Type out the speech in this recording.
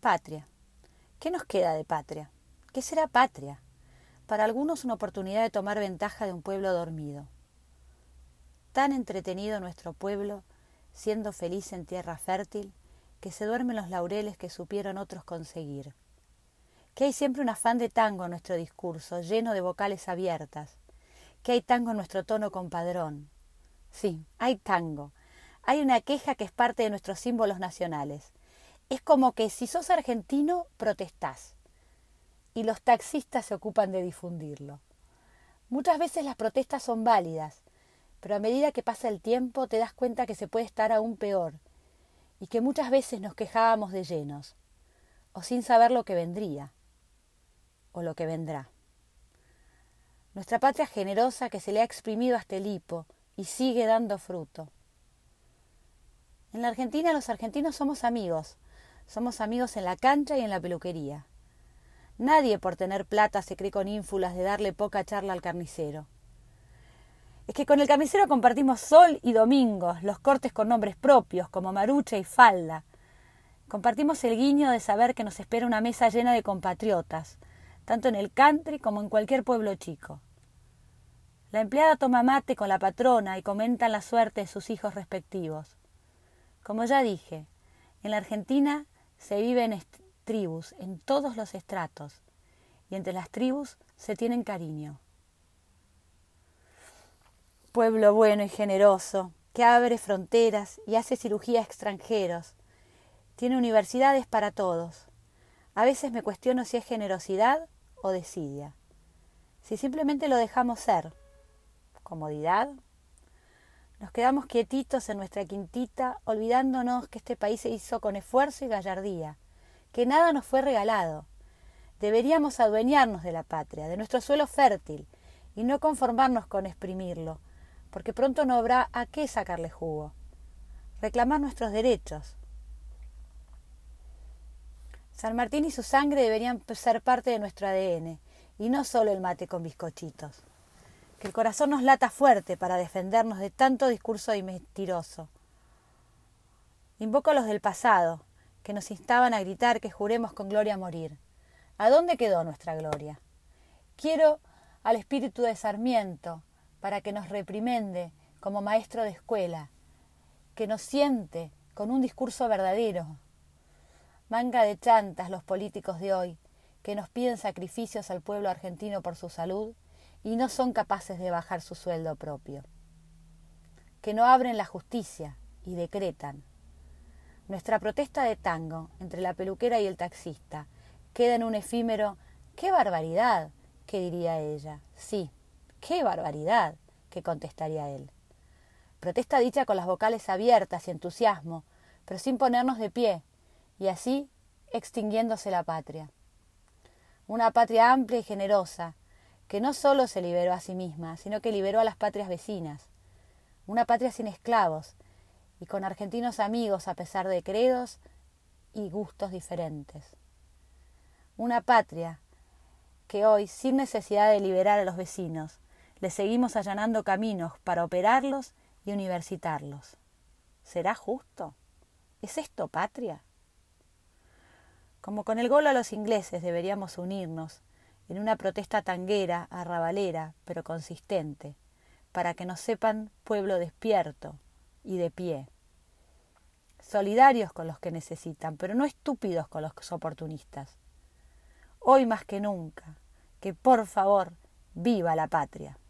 Patria. ¿Qué nos queda de patria? ¿Qué será patria? Para algunos una oportunidad de tomar ventaja de un pueblo dormido. Tan entretenido nuestro pueblo, siendo feliz en tierra fértil, que se duermen los laureles que supieron otros conseguir. Que hay siempre un afán de tango en nuestro discurso, lleno de vocales abiertas. Que hay tango en nuestro tono compadrón. Sí, hay tango. Hay una queja que es parte de nuestros símbolos nacionales. Es como que si sos argentino, protestás. Y los taxistas se ocupan de difundirlo. Muchas veces las protestas son válidas, pero a medida que pasa el tiempo te das cuenta que se puede estar aún peor, y que muchas veces nos quejábamos de llenos, o sin saber lo que vendría, o lo que vendrá. Nuestra patria generosa que se le ha exprimido hasta el hipo y sigue dando fruto. En la Argentina los argentinos somos amigos en la cancha y en la peluquería. Nadie por tener plata se cree con ínfulas de darle poca charla al carnicero. Es que con el carnicero compartimos sol y domingos, los cortes con nombres propios, como marucha y falda. Compartimos el guiño de saber que nos espera una mesa llena de compatriotas, tanto en el country como en cualquier pueblo chico. La empleada toma mate con la patrona y comentan la suerte de sus hijos respectivos. Como ya dije, en la Argentina se vive en tribus, en todos los estratos, y entre las tribus se tienen cariño. Pueblo bueno y generoso, que abre fronteras y hace cirugía a extranjeros. Tiene universidades para todos. A veces me cuestiono si es generosidad o desidia. Si simplemente lo dejamos ser. ¿Comodidad? Nos quedamos quietitos en nuestra quintita, olvidándonos que este país se hizo con esfuerzo y gallardía, que nada nos fue regalado. Deberíamos adueñarnos de la patria, de nuestro suelo fértil, y no conformarnos con exprimirlo, porque pronto no habrá a qué sacarle jugo. Reclamar nuestros derechos. San Martín y su sangre deberían ser parte de nuestro ADN, y no solo el mate con bizcochitos. Que el corazón nos lata fuerte para defendernos de tanto discurso y mentiroso. Invoco a los del pasado, que nos instaban a gritar que juremos con gloria morir. ¿A dónde quedó nuestra gloria? Quiero al espíritu de Sarmiento, para que nos reprimende como maestro de escuela, que nos siente con un discurso verdadero. Manga de chantas los políticos de hoy, que nos piden sacrificios al pueblo argentino por su salud y no son capaces de bajar su sueldo propio. Que no abren la justicia y decretan. Nuestra protesta de tango entre la peluquera y el taxista queda en un efímero «¡Qué barbaridad!», que diría ella. Sí, ¡qué barbaridad!, que contestaría él. Protesta dicha con las vocales abiertas y entusiasmo, pero sin ponernos de pie, y así extinguiéndose la patria. Una patria amplia y generosa, que no solo se liberó a sí misma, sino que liberó a las patrias vecinas. Una patria sin esclavos y con argentinos amigos a pesar de credos y gustos diferentes. Una patria que hoy, sin necesidad de liberar a los vecinos, les seguimos allanando caminos para operarlos y universitarlos. ¿Será justo? ¿Es esto patria? Como con el gol a los ingleses deberíamos unirnos en una protesta tanguera, arrabalera, pero consistente, para que nos sepan pueblo despierto y de pie. Solidarios con los que necesitan, pero no estúpidos con los oportunistas. Hoy más que nunca, que por favor, viva la patria.